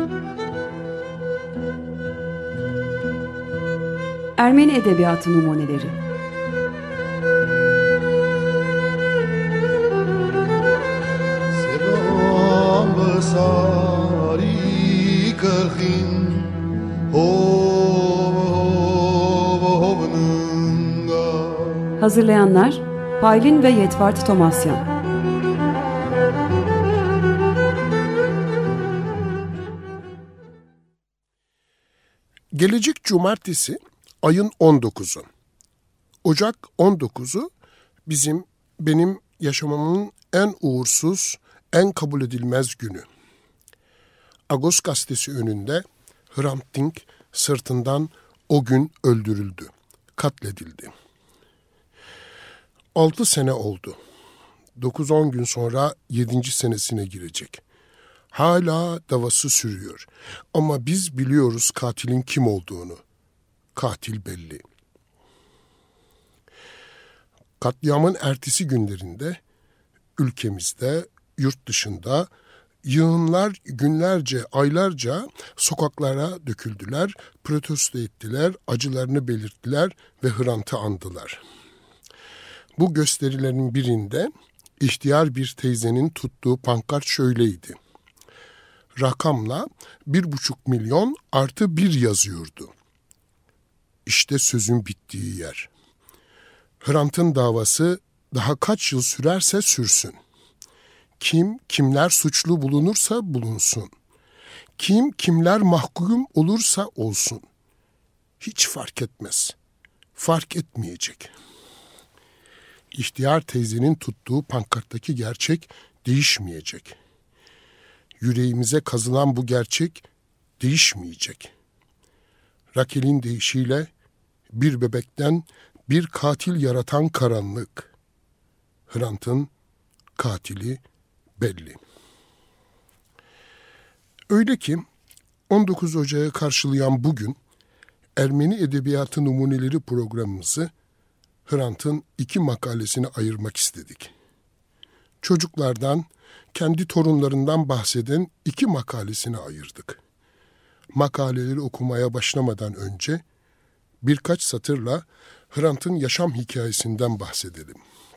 Ermeni Edebiyatı Numuneleri. Hazırlayanlar Paylin ve Yetvart Tomasyan. Gelecek cumartesi ayın 19'u. Ocak 19'u benim yaşamamın en uğursuz, en kabul edilmez günü. Agos gazetesi önünde Hrant Dink sırtından o gün öldürüldü, katledildi. 6 sene oldu. 9-10 gün sonra 7. senesine girecek. Hala davası sürüyor. Ama biz biliyoruz katilin kim olduğunu. Katil belli. Katliamın ertesi günlerinde ülkemizde, yurt dışında yığınlar günlerce, aylarca sokaklara döküldüler, protesto ettiler, acılarını belirttiler ve Hrant'ı andılar. Bu gösterilerin birinde ihtiyar bir teyzenin tuttuğu pankart şöyleydi. Rakamla 1,5 milyon artı 1 yazıyordu. İşte sözün bittiği yer. Hrant'ın davası daha kaç yıl sürerse sürsün. Kimler suçlu bulunursa bulunsun. Kimler mahkum olursa olsun. Hiç fark etmez. Fark etmeyecek. İhtiyar teyzenin tuttuğu pankarttaki gerçek değişmeyecek. Yüreğimize kazınan bu gerçek değişmeyecek. Rakel'in deyişiyle bir bebekten bir katil yaratan karanlık. Hrant'ın katili belli. Öyle ki 19 Ocak'ı karşılayan bugün Ermeni Edebiyatı Numuneleri programımızı Hrant'ın 2 makalesine ayırmak istedik. Çocuklardan, kendi torunlarından bahseden 2 makalesine ayırdık. Makaleleri okumaya başlamadan önce birkaç satırla Hrant'ın yaşam hikayesinden bahsedelim.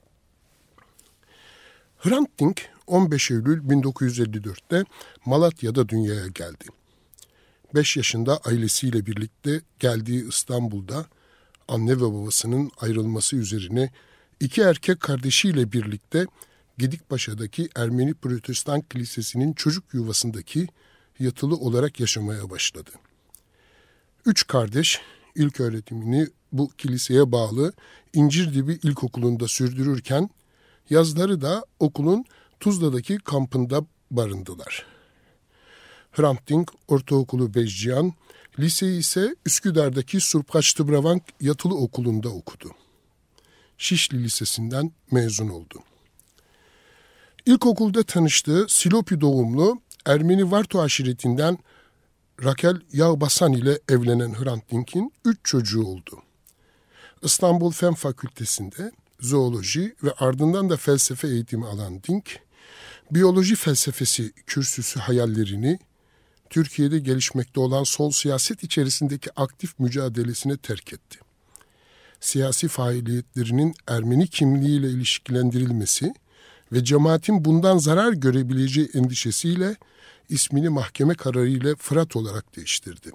Hrant Dink 15 Eylül 1954'te Malatya'da dünyaya geldi. 5 yaşında ailesiyle birlikte geldiği İstanbul'da anne ve babasının ayrılması üzerine 2 erkek kardeşiyle birlikte Gedikpaşa'daki Ermeni Protestan Kilisesi'nin çocuk yuvasındaki yatılı olarak yaşamaya başladı. 3 kardeş ilk öğretimini bu kiliseye bağlı İncirdibi İlkokulu'nda sürdürürken yazları da okulun Tuzla'daki kampında barındılar. Hrant Dink Ortaokulu Bezciyan, liseyi ise Üsküdar'daki Surpkaç Tıbravank Yatılı Okulu'nda okudu. Şişli Lisesi'nden mezun oldu. İlkokulda tanıştığı Silopi doğumlu Ermeni Varto aşiretinden Rakel Yağbasan ile evlenen Hrant Dink'in 3 çocuğu oldu. İstanbul Fen Fakültesi'nde zooloji ve ardından da felsefe eğitimi alan Dink, biyoloji felsefesi kürsüsü hayallerini Türkiye'de gelişmekte olan sol siyaset içerisindeki aktif mücadelesine terk etti. Siyasi faaliyetlerinin Ermeni kimliğiyle ilişkilendirilmesi ve cemaatin bundan zarar görebileceği endişesiyle ismini mahkeme kararıyla Fırat olarak değiştirdi.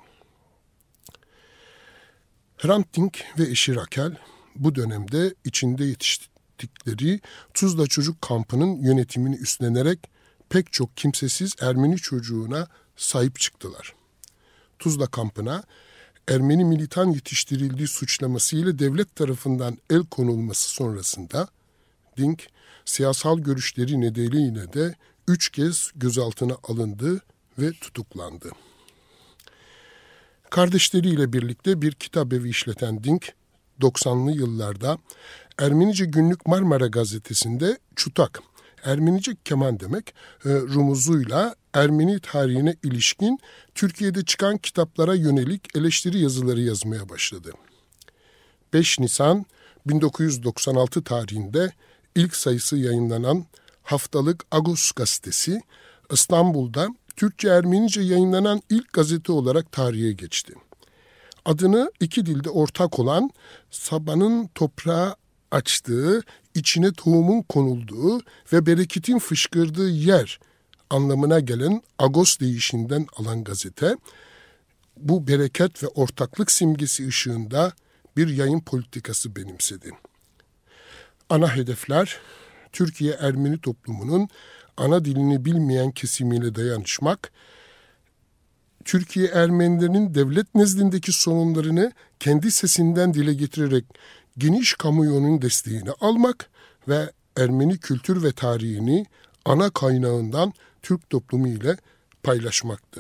Hrant Dink ve eşi Rakel bu dönemde içinde yetiştikleri Tuzla Çocuk Kampı'nın yönetimini üstlenerek pek çok kimsesiz Ermeni çocuğuna sahip çıktılar. Tuzla Kampı'na Ermeni militan yetiştirildiği suçlamasıyla devlet tarafından el konulması sonrasında Dink siyasal görüşleri nedeniyle de 3 kez gözaltına alındı ve tutuklandı. Kardeşleriyle birlikte bir kitabevi işleten Dink, 90'lı yıllarda Ermenice Günlük Marmara Gazetesi'nde Çutak, Ermenice keman demek, rumuzuyla Ermeni tarihine ilişkin Türkiye'de çıkan kitaplara yönelik eleştiri yazıları yazmaya başladı. 5 Nisan 1996 tarihinde ilk sayısı yayınlanan haftalık Agos gazetesi İstanbul'da Türkçe Ermenice yayınlanan ilk gazete olarak tarihe geçti. Adını iki dilde ortak olan, sabanın toprağa açtığı, içine tohumun konulduğu ve bereketin fışkırdığı yer anlamına gelen Agos deyişinden alan gazete, bu bereket ve ortaklık simgesi ışığında bir yayın politikası benimsedi. Ana hedefler, Türkiye Ermeni toplumunun ana dilini bilmeyen kesimiyle dayanışmak, Türkiye Ermenilerinin devlet nezdindeki sorunlarını kendi sesinden dile getirerek geniş kamuoyunun desteğini almak ve Ermeni kültür ve tarihini ana kaynağından Türk toplumu ile paylaşmaktı.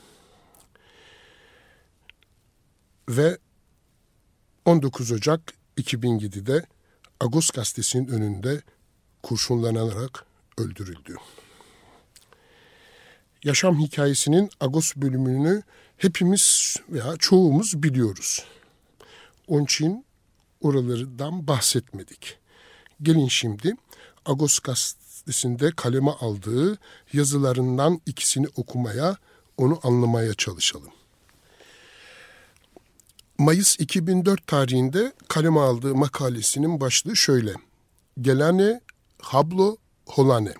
Ve 19 Ocak 2007'de Agos gazetesinin önünde kurşunlanarak öldürüldü. Yaşam hikayesinin Agos bölümünü hepimiz veya çoğumuz biliyoruz. Onun için oralardan bahsetmedik. Gelin şimdi Agos gazetesinde kaleme aldığı yazılarından ikisini okumaya, onu anlamaya çalışalım. Mayıs 2004 tarihinde kaleme aldığı makalesinin başlığı şöyle: Gelane Hablo Holane.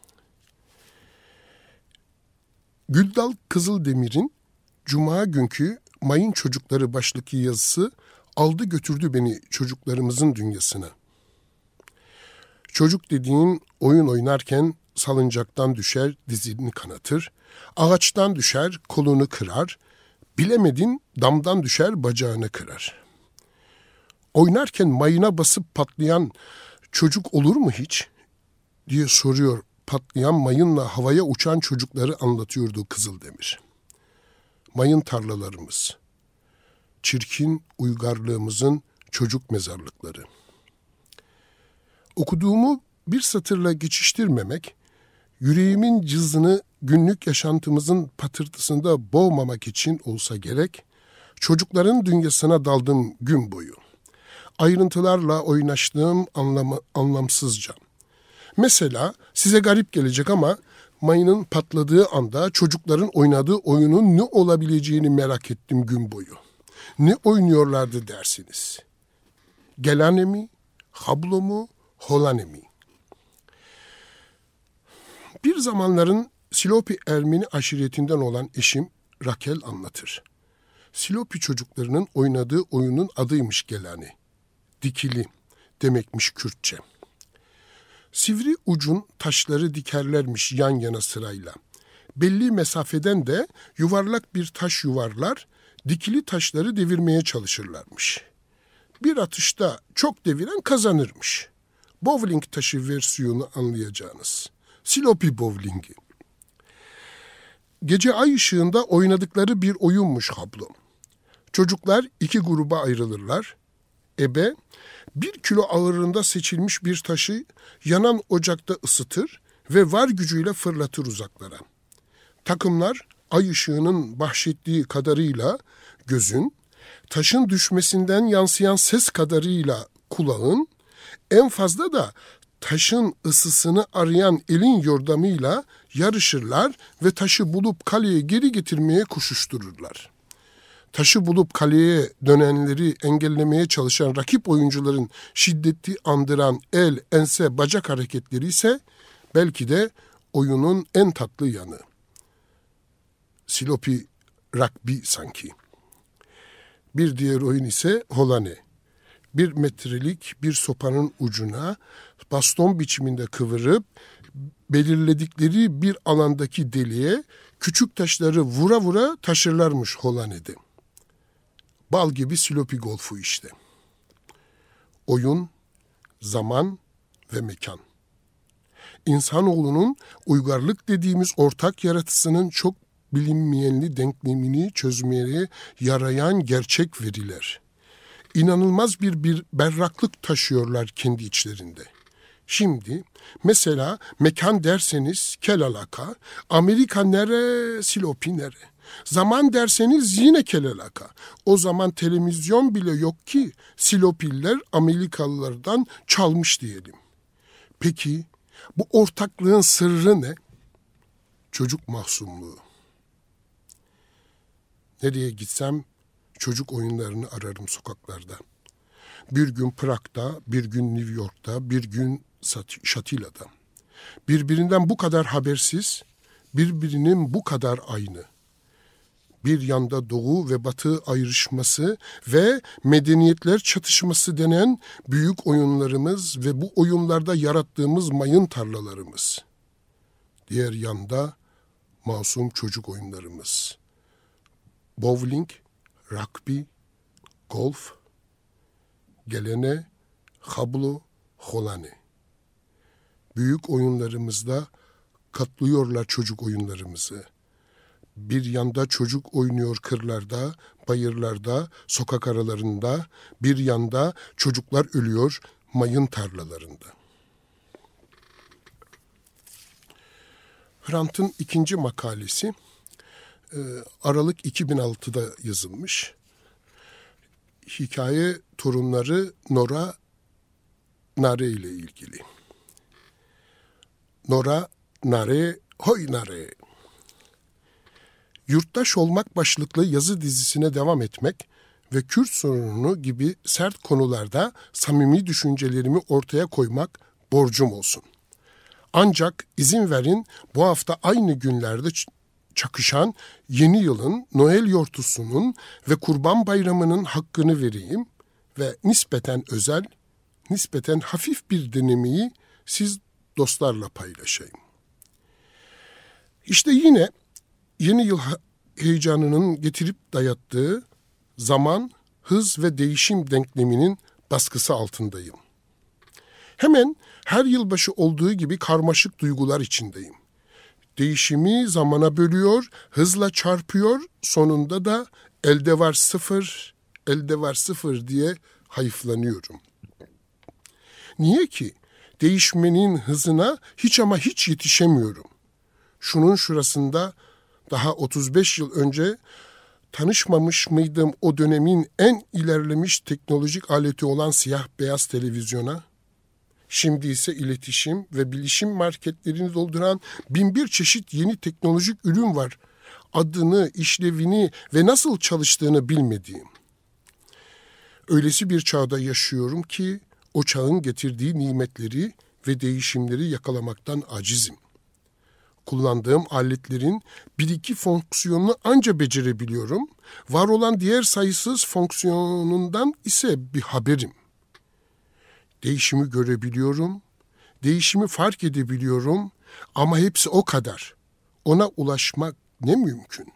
Güldal Kızıldemir'in Cuma günkü Mayın Çocukları başlıklı yazısı aldı götürdü beni çocuklarımızın dünyasına. Çocuk dediğin oyun oynarken salıncaktan düşer, dizini kanatır, ağaçtan düşer, kolunu kırar, bilemedin damdan düşer, bacağını kırar. Oynarken mayına basıp patlayan çocuk olur mu hiç diye soruyor. Patlayan mayınla havaya uçan çocukları anlatıyordu Kızıldemir. Mayın tarlalarımız, çirkin uygarlığımızın çocuk mezarlıkları. Okuduğumu bir satırla geçiştirmemek, yüreğimin cızını günlük yaşantımızın patırtısında boğmamak için olsa gerek, çocukların dünyasına daldım gün boyu. Ayrıntılarla oynaştığım anlamsızca. Mesela size garip gelecek ama mayının patladığı anda çocukların oynadığı oyunun ne olabileceğini merak ettim gün boyu. Ne oynuyorlardı dersiniz? Gelane mi, hablo mu, holane mi? Bir zamanların Silopi Ermeni aşiretinden olan eşim Rakel anlatır. Silopi çocuklarının oynadığı oyunun adıymış gelane. Dikili demekmiş Kürtçe. Sivri ucun taşları dikerlermiş yan yana sırayla. Belli mesafeden de yuvarlak bir taş yuvarlar, dikili taşları devirmeye çalışırlarmış. Bir atışta çok deviren kazanırmış. Bowling taşı versiyonu anlayacağınız. Silopi bowlingi. Gece ay ışığında oynadıkları bir oyunmuş hablo. Çocuklar iki gruba ayrılırlar. Ebe, 1 kilo ağırlığında seçilmiş bir taşı yanan ocakta ısıtır ve var gücüyle fırlatır uzaklara. Takımlar ay ışığının bahşettiği kadarıyla gözün, taşın düşmesinden yansıyan ses kadarıyla kulağın, en fazla da taşın ısısını arayan elin yordamıyla yarışırlar ve taşı bulup kaleye geri getirmeye koşuştururlar. Taşı bulup kaleye dönenleri engellemeye çalışan rakip oyuncuların şiddeti andıran el, ense, bacak hareketleri ise belki de oyunun en tatlı yanı. Silopi rugby sanki. Bir diğer oyun ise holane. 1 metrelik bir sopanın ucuna baston biçiminde kıvırıp belirledikleri bir alandaki deliğe küçük taşları vura vura taşırlarmış holanede. Bal gibi Silopi golfu işte. Oyun, zaman ve mekan. İnsanoğlunun uygarlık dediğimiz ortak yaratısının çok bilinmeyenli denklemini çözmeye yarayan gerçek veriler. İnanılmaz bir berraklık taşıyorlar kendi içlerinde. Şimdi mesela mekan derseniz kel alaka, Amerika nere, Silopi nere? Zaman derseniz yine kel alaka. O zaman televizyon bile yok ki Silopiller Amerikalılardan çalmış diyelim. Peki bu ortaklığın sırrı ne? çocuk mahzunluğu. Nereye gitsem çocuk oyunlarını ararım sokaklarda. Bir gün Prag'da, bir gün New York'ta, bir gün Şatila'da. Birbirinden bu kadar habersiz, birbirinin bu kadar aynı. Bir yanda doğu ve batı ayrışması ve medeniyetler çatışması denen büyük oyunlarımız ve bu oyunlarda yarattığımız mayın tarlalarımız. Diğer yanda masum çocuk oyunlarımız. Bowling, rugby, golf, gelene, hablo, holane. Büyük oyunlarımızda katlıyorlar çocuk oyunlarımızı. Bir yanda çocuk oynuyor kırlarda, bayırlarda, sokak aralarında. Bir yanda çocuklar ölüyor mayın tarlalarında. Hrant'ın ikinci makalesi Aralık 2006'da yazılmış. Hikaye torunları Nora Nare ile ilgili. Nora Nare, hoy Nare. Yurttaş olmak başlıklı yazı dizisine devam etmek ve Kürt sorunu gibi sert konularda samimi düşüncelerimi ortaya koymak borcum olsun. Ancak izin verin bu hafta aynı günlerde çakışan yeni yılın, Noel yortusunun ve Kurban Bayramı'nın hakkını vereyim ve nispeten özel, nispeten hafif bir denemeyi siz dostlarla paylaşayım. İşte yine yeni yıl heyecanının getirip dayattığı zaman, hız ve değişim denkleminin baskısı altındayım. Hemen her yılbaşı olduğu gibi karmaşık duygular içindeyim. Değişimi zamana bölüyor, hızla çarpıyor, sonunda da elde var sıfır, elde var sıfır diye hayıflanıyorum. Niye ki? Değişmenin hızına hiç ama hiç yetişemiyorum. Şunun şurasında daha 35 yıl önce tanışmamış mıydım o dönemin en ilerlemiş teknolojik aleti olan siyah beyaz televizyona? Şimdi ise iletişim ve bilişim marketlerini dolduran 1001 çeşit yeni teknolojik ürün var. Adını, işlevini ve nasıl çalıştığını bilmediğim. Öylesi bir çağda yaşıyorum ki o çağın getirdiği nimetleri ve değişimleri yakalamaktan acizim. Kullandığım aletlerin bir iki fonksiyonunu anca becerebiliyorum. Var olan diğer sayısız fonksiyonundan ise bir haberim. Değişimi görebiliyorum, değişimi fark edebiliyorum ama hepsi o kadar. Ona ulaşmak ne mümkün?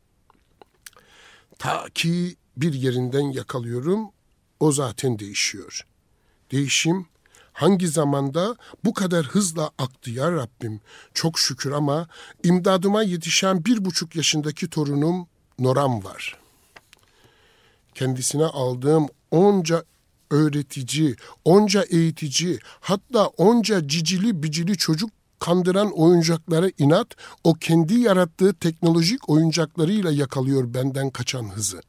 Ta ki bir yerinden yakalıyorum, o zaten değişiyor. Değişim hangi zamanda bu kadar hızla aktı ya Rabbim? Çok şükür ama imdadıma yetişen 1,5 yaşındaki torunum Noram var. Kendisine aldığım onca öğretici, onca eğitici, hatta onca cicili bicili çocuk kandıran oyuncaklara inat, o kendi yarattığı teknolojik oyuncaklarıyla yakalıyor benden kaçan hızı.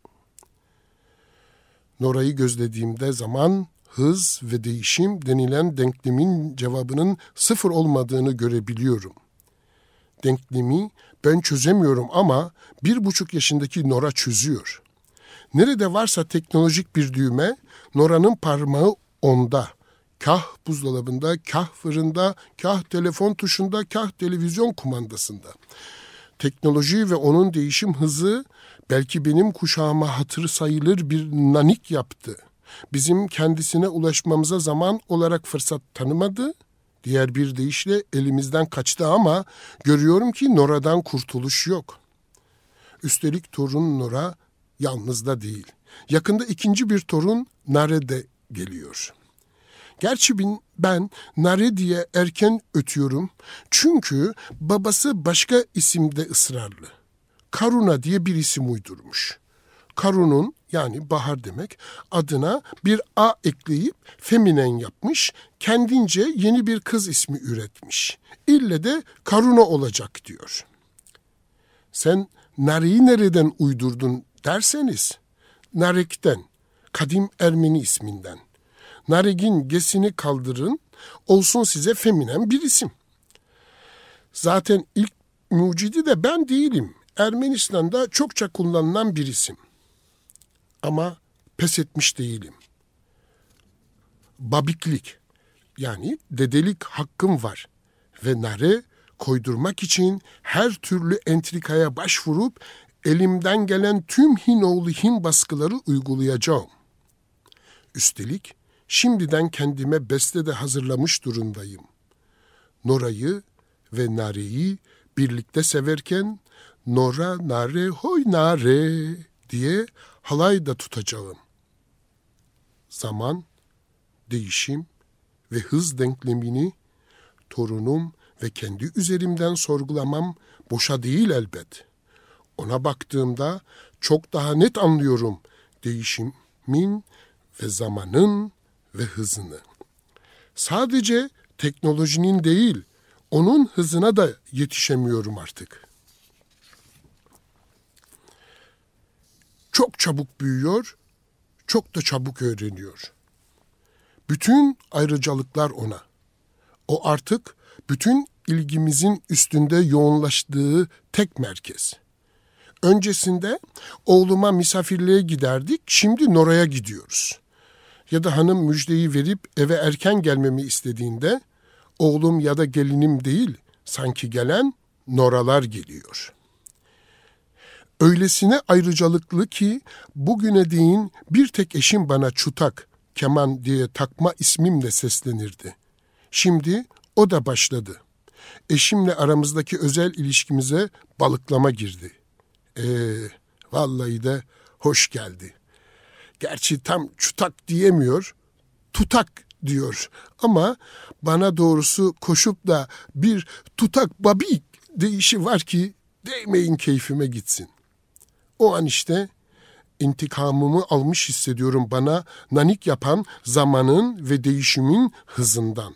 Nora'yı gözlediğimde zaman, hız ve değişim denilen denklemin cevabının sıfır olmadığını görebiliyorum. Denklemi ben çözemiyorum ama 1,5 yaşındaki Nora çözüyor. Nerede varsa teknolojik bir düğme, Nora'nın parmağı onda. Kah buzdolabında, kah fırında, kah telefon tuşunda, kah televizyon kumandasında. Teknoloji ve onun değişim hızı belki benim kuşağıma hatırı sayılır bir nanik yaptı. Bizim kendisine ulaşmamıza zaman olarak fırsat tanımadı. Diğer bir deyişle elimizden kaçtı ama görüyorum ki Nora'dan kurtuluş yok. Üstelik torun Nora yalnız da değil. Yakında ikinci bir torun Nare de geliyor. Gerçi ben Nare diye erken ötüyorum. Çünkü babası başka isimde ısrarlı. Karuna diye bir isim uydurmuş. Karun'un yani bahar demek adına bir A ekleyip feminen yapmış. Kendince yeni bir kız ismi üretmiş. İlle de Karuna olacak diyor. Sen Nare'yi nereden uydurdun derseniz Narek'ten, kadim Ermeni isminden. Nareg'in gesini kaldırın, olsun size feminen bir isim. Zaten ilk mucidi de ben değilim. Ermenistan'da çokça kullanılan bir isim. Ama pes etmiş değilim. Babiklik, yani dedelik hakkım var. Ve nare koydurmak için her türlü entrikaya başvurup elimden gelen tüm Hinoğlu Hin baskıları uygulayacağım. Üstelik şimdiden kendime beste de hazırlamış durumdayım. Nora'yı ve Nare'yi birlikte severken Nora, Nare, hoy Nare diye halay da tutacağım. Zaman, değişim ve hız denklemini torunum ve kendi üzerimden sorgulamam boşa değil elbet. Ona baktığımda çok daha net anlıyorum değişimin ve zamanın ve hızını. Sadece teknolojinin değil, onun hızına da yetişemiyorum artık. Çok çabuk büyüyor, çok da çabuk öğreniyor. Bütün ayrıcalıklar ona. O artık bütün ilgimizin üstünde yoğunlaştığı tek merkez. Öncesinde oğluma misafirliğe giderdik, şimdi Nora'ya gidiyoruz. Ya da hanım müjdeyi verip eve erken gelmemi istediğinde oğlum ya da gelinim değil, sanki gelen Nora'lar geliyor. Öylesine ayrıcalıklı ki bugüne değin bir tek eşim bana Çutak, Keman diye takma ismimle seslenirdi. Şimdi o da başladı. Eşimle aramızdaki özel ilişkimize balıklama girdi. Vallahi de hoş geldi. Gerçi tam Çutak diyemiyor, Tutak diyor. Ama bana doğrusu koşup da bir Tutak babik deyişi var ki değmeyin keyfime gitsin. O an işte intikamımı almış hissediyorum bana nanik yapan zamanın ve değişimin hızından.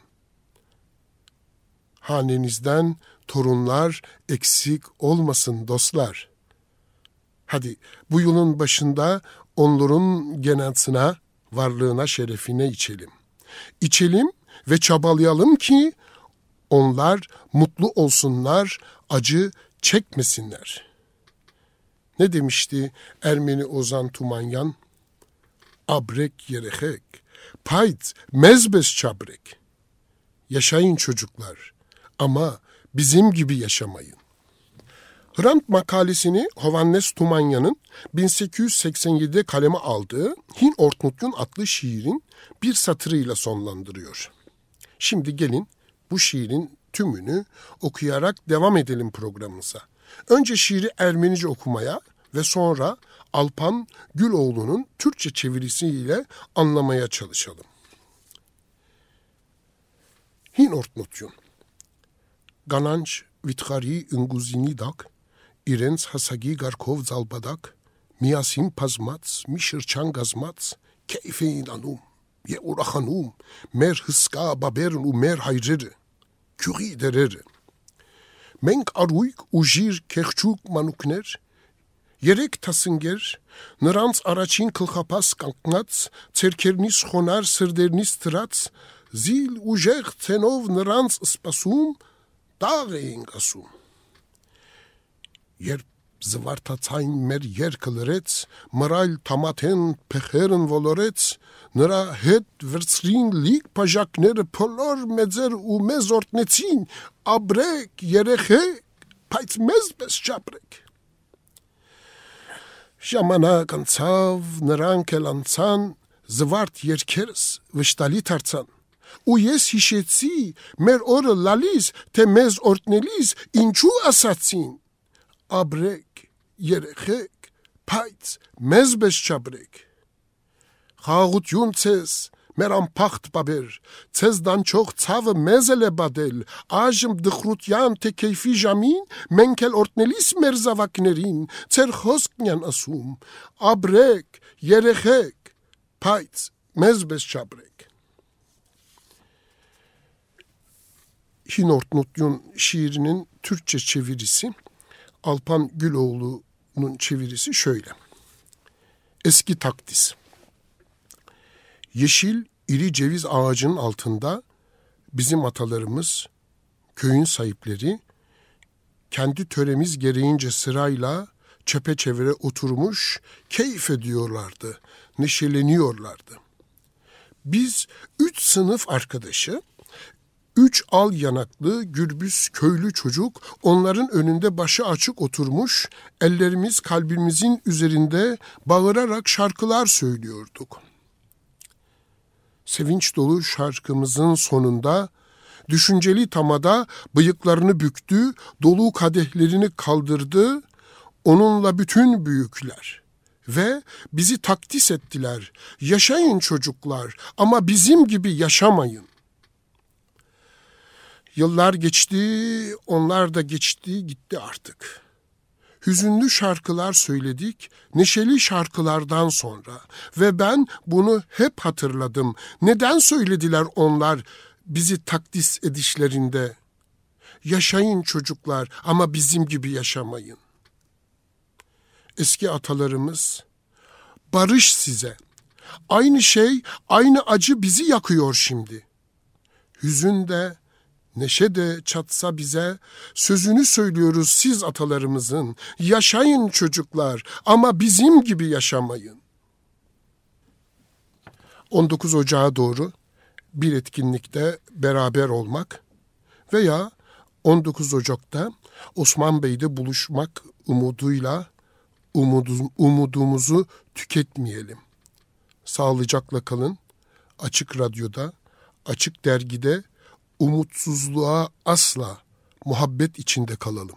Hanenizden torunlar eksik olmasın dostlar. Hadi bu yılın başında onların genasına, varlığına, şerefine içelim. İçelim ve çabalayalım ki onlar mutlu olsunlar, acı çekmesinler. Ne demişti Ermeni Ozan Tumanyan? Abrek yerehek, payt mezbes çabrek. Yaşayın çocuklar ama bizim gibi yaşamayın. Hrant makalesini Hovannes Tumanyan'ın 1887'de kaleme aldığı Hin Ortnut'un adlı şiirin bir satırıyla sonlandırıyor. Şimdi gelin bu şiirin tümünü okuyarak devam edelim programımıza. Önce şiiri Ermenice okumaya ve sonra Alpan Güloğlu'nun Türkçe çevirisiyle anlamaya çalışalım. Hin Ortnut'un Gananç Vitxari Inguzini Dak İrens Hasagi Garkov Zalbadak Miyasim Pazmats Mişirçan Gazmats Keyfeyn Anum Ye Urahanum Mer Hıska Babern u Mer Hayrer Küri Derer Menk Aruyk Ujir Kehçuk Manukner Yerek tasınger, nırans araçin kılkapas kanknats, cerkernis honar sırdernis trats, zil ujeh tenov nırans spasum, dağeyn asum. Yer zıvarta tayn mer yer kılırets, mıral tamaten peheren volorets, nıra het versrin lik pajakner polor medzer u mezortnetsin, abrek yerehek, payt mezbes çabrek. Ժամանակ անցավ, նրանք էլ անցան, զվարթ երկերս վշտալի դարձան։ Ու ես հիշեցի, մեր օրը լալիս, թե մեզ օրհնելիս ինչու ասացին. Ապրեք, երեխեք, բայց մեզ պես չապրեք։ Խաղաղություն ցես, մեր անփախտ բաբեր, ցես դանչող ցավը մեզ էլ է բադել, այժմ դխրության թե քեյֆի ժամին, մենք էլ օրտնելիս մեր զավակներին, ցեր խոսքն են ասում, ապրեք, երեխեք, բայց մեզ պես չապրեք։ Hin Ortnut'un şiirinin Türkçe çevirisi, Alpan Güloğlu'nun çevirisi şöyle. Eski takdis. Yeşil, iri ceviz ağacının altında bizim atalarımız, köyün sahipleri, kendi töremiz gereğince sırayla çepeçevre oturmuş keyif ediyorlardı, neşeleniyorlardı. Biz 3 sınıf arkadaşı, 3 al yanaklı, gürbüz köylü çocuk onların önünde başı açık oturmuş, ellerimiz kalbimizin üzerinde bağırarak şarkılar söylüyorduk. Sevinç dolu şarkımızın sonunda düşünceli tamada bıyıklarını büktü, dolu kadehlerini kaldırdı, onunla bütün büyükler ve bizi takdis ettiler. Yaşayın çocuklar ama bizim gibi yaşamayın. Yıllar geçti, onlar da geçti, gitti artık. Hüzünlü şarkılar söyledik, neşeli şarkılardan sonra ve ben bunu hep hatırladım. Neden söylediler onlar bizi takdis edişlerinde? Yaşayın çocuklar ama bizim gibi yaşamayın. Eski atalarımız, barış size. Aynı şey, aynı acı bizi yakıyor şimdi. Hüzün de, neşe de çatsa bize, sözünü söylüyoruz siz atalarımızın. Yaşayın çocuklar ama bizim gibi yaşamayın. 19 Ocağı doğru bir etkinlikte beraber olmak veya 19 Ocak'ta Osman Bey'de buluşmak umuduyla umudumuzu tüketmeyelim. Sağlıcakla kalın. Açık Radyo'da, Açık Dergi'de umutsuzluğa asla, muhabbet içinde kalalım.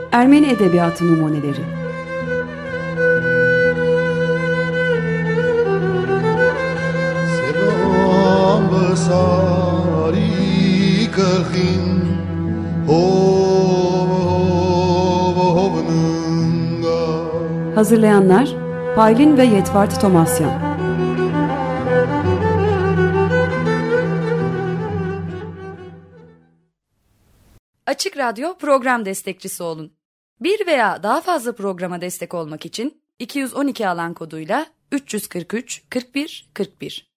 Ermeni Edebiyatı Numuneleri. Hazırlayanlar Paylin ve Yetvart Tomasyan. Açık Radyo program destekçisi olun. Bir veya daha fazla programa destek olmak için 212 alan koduyla 343 41 41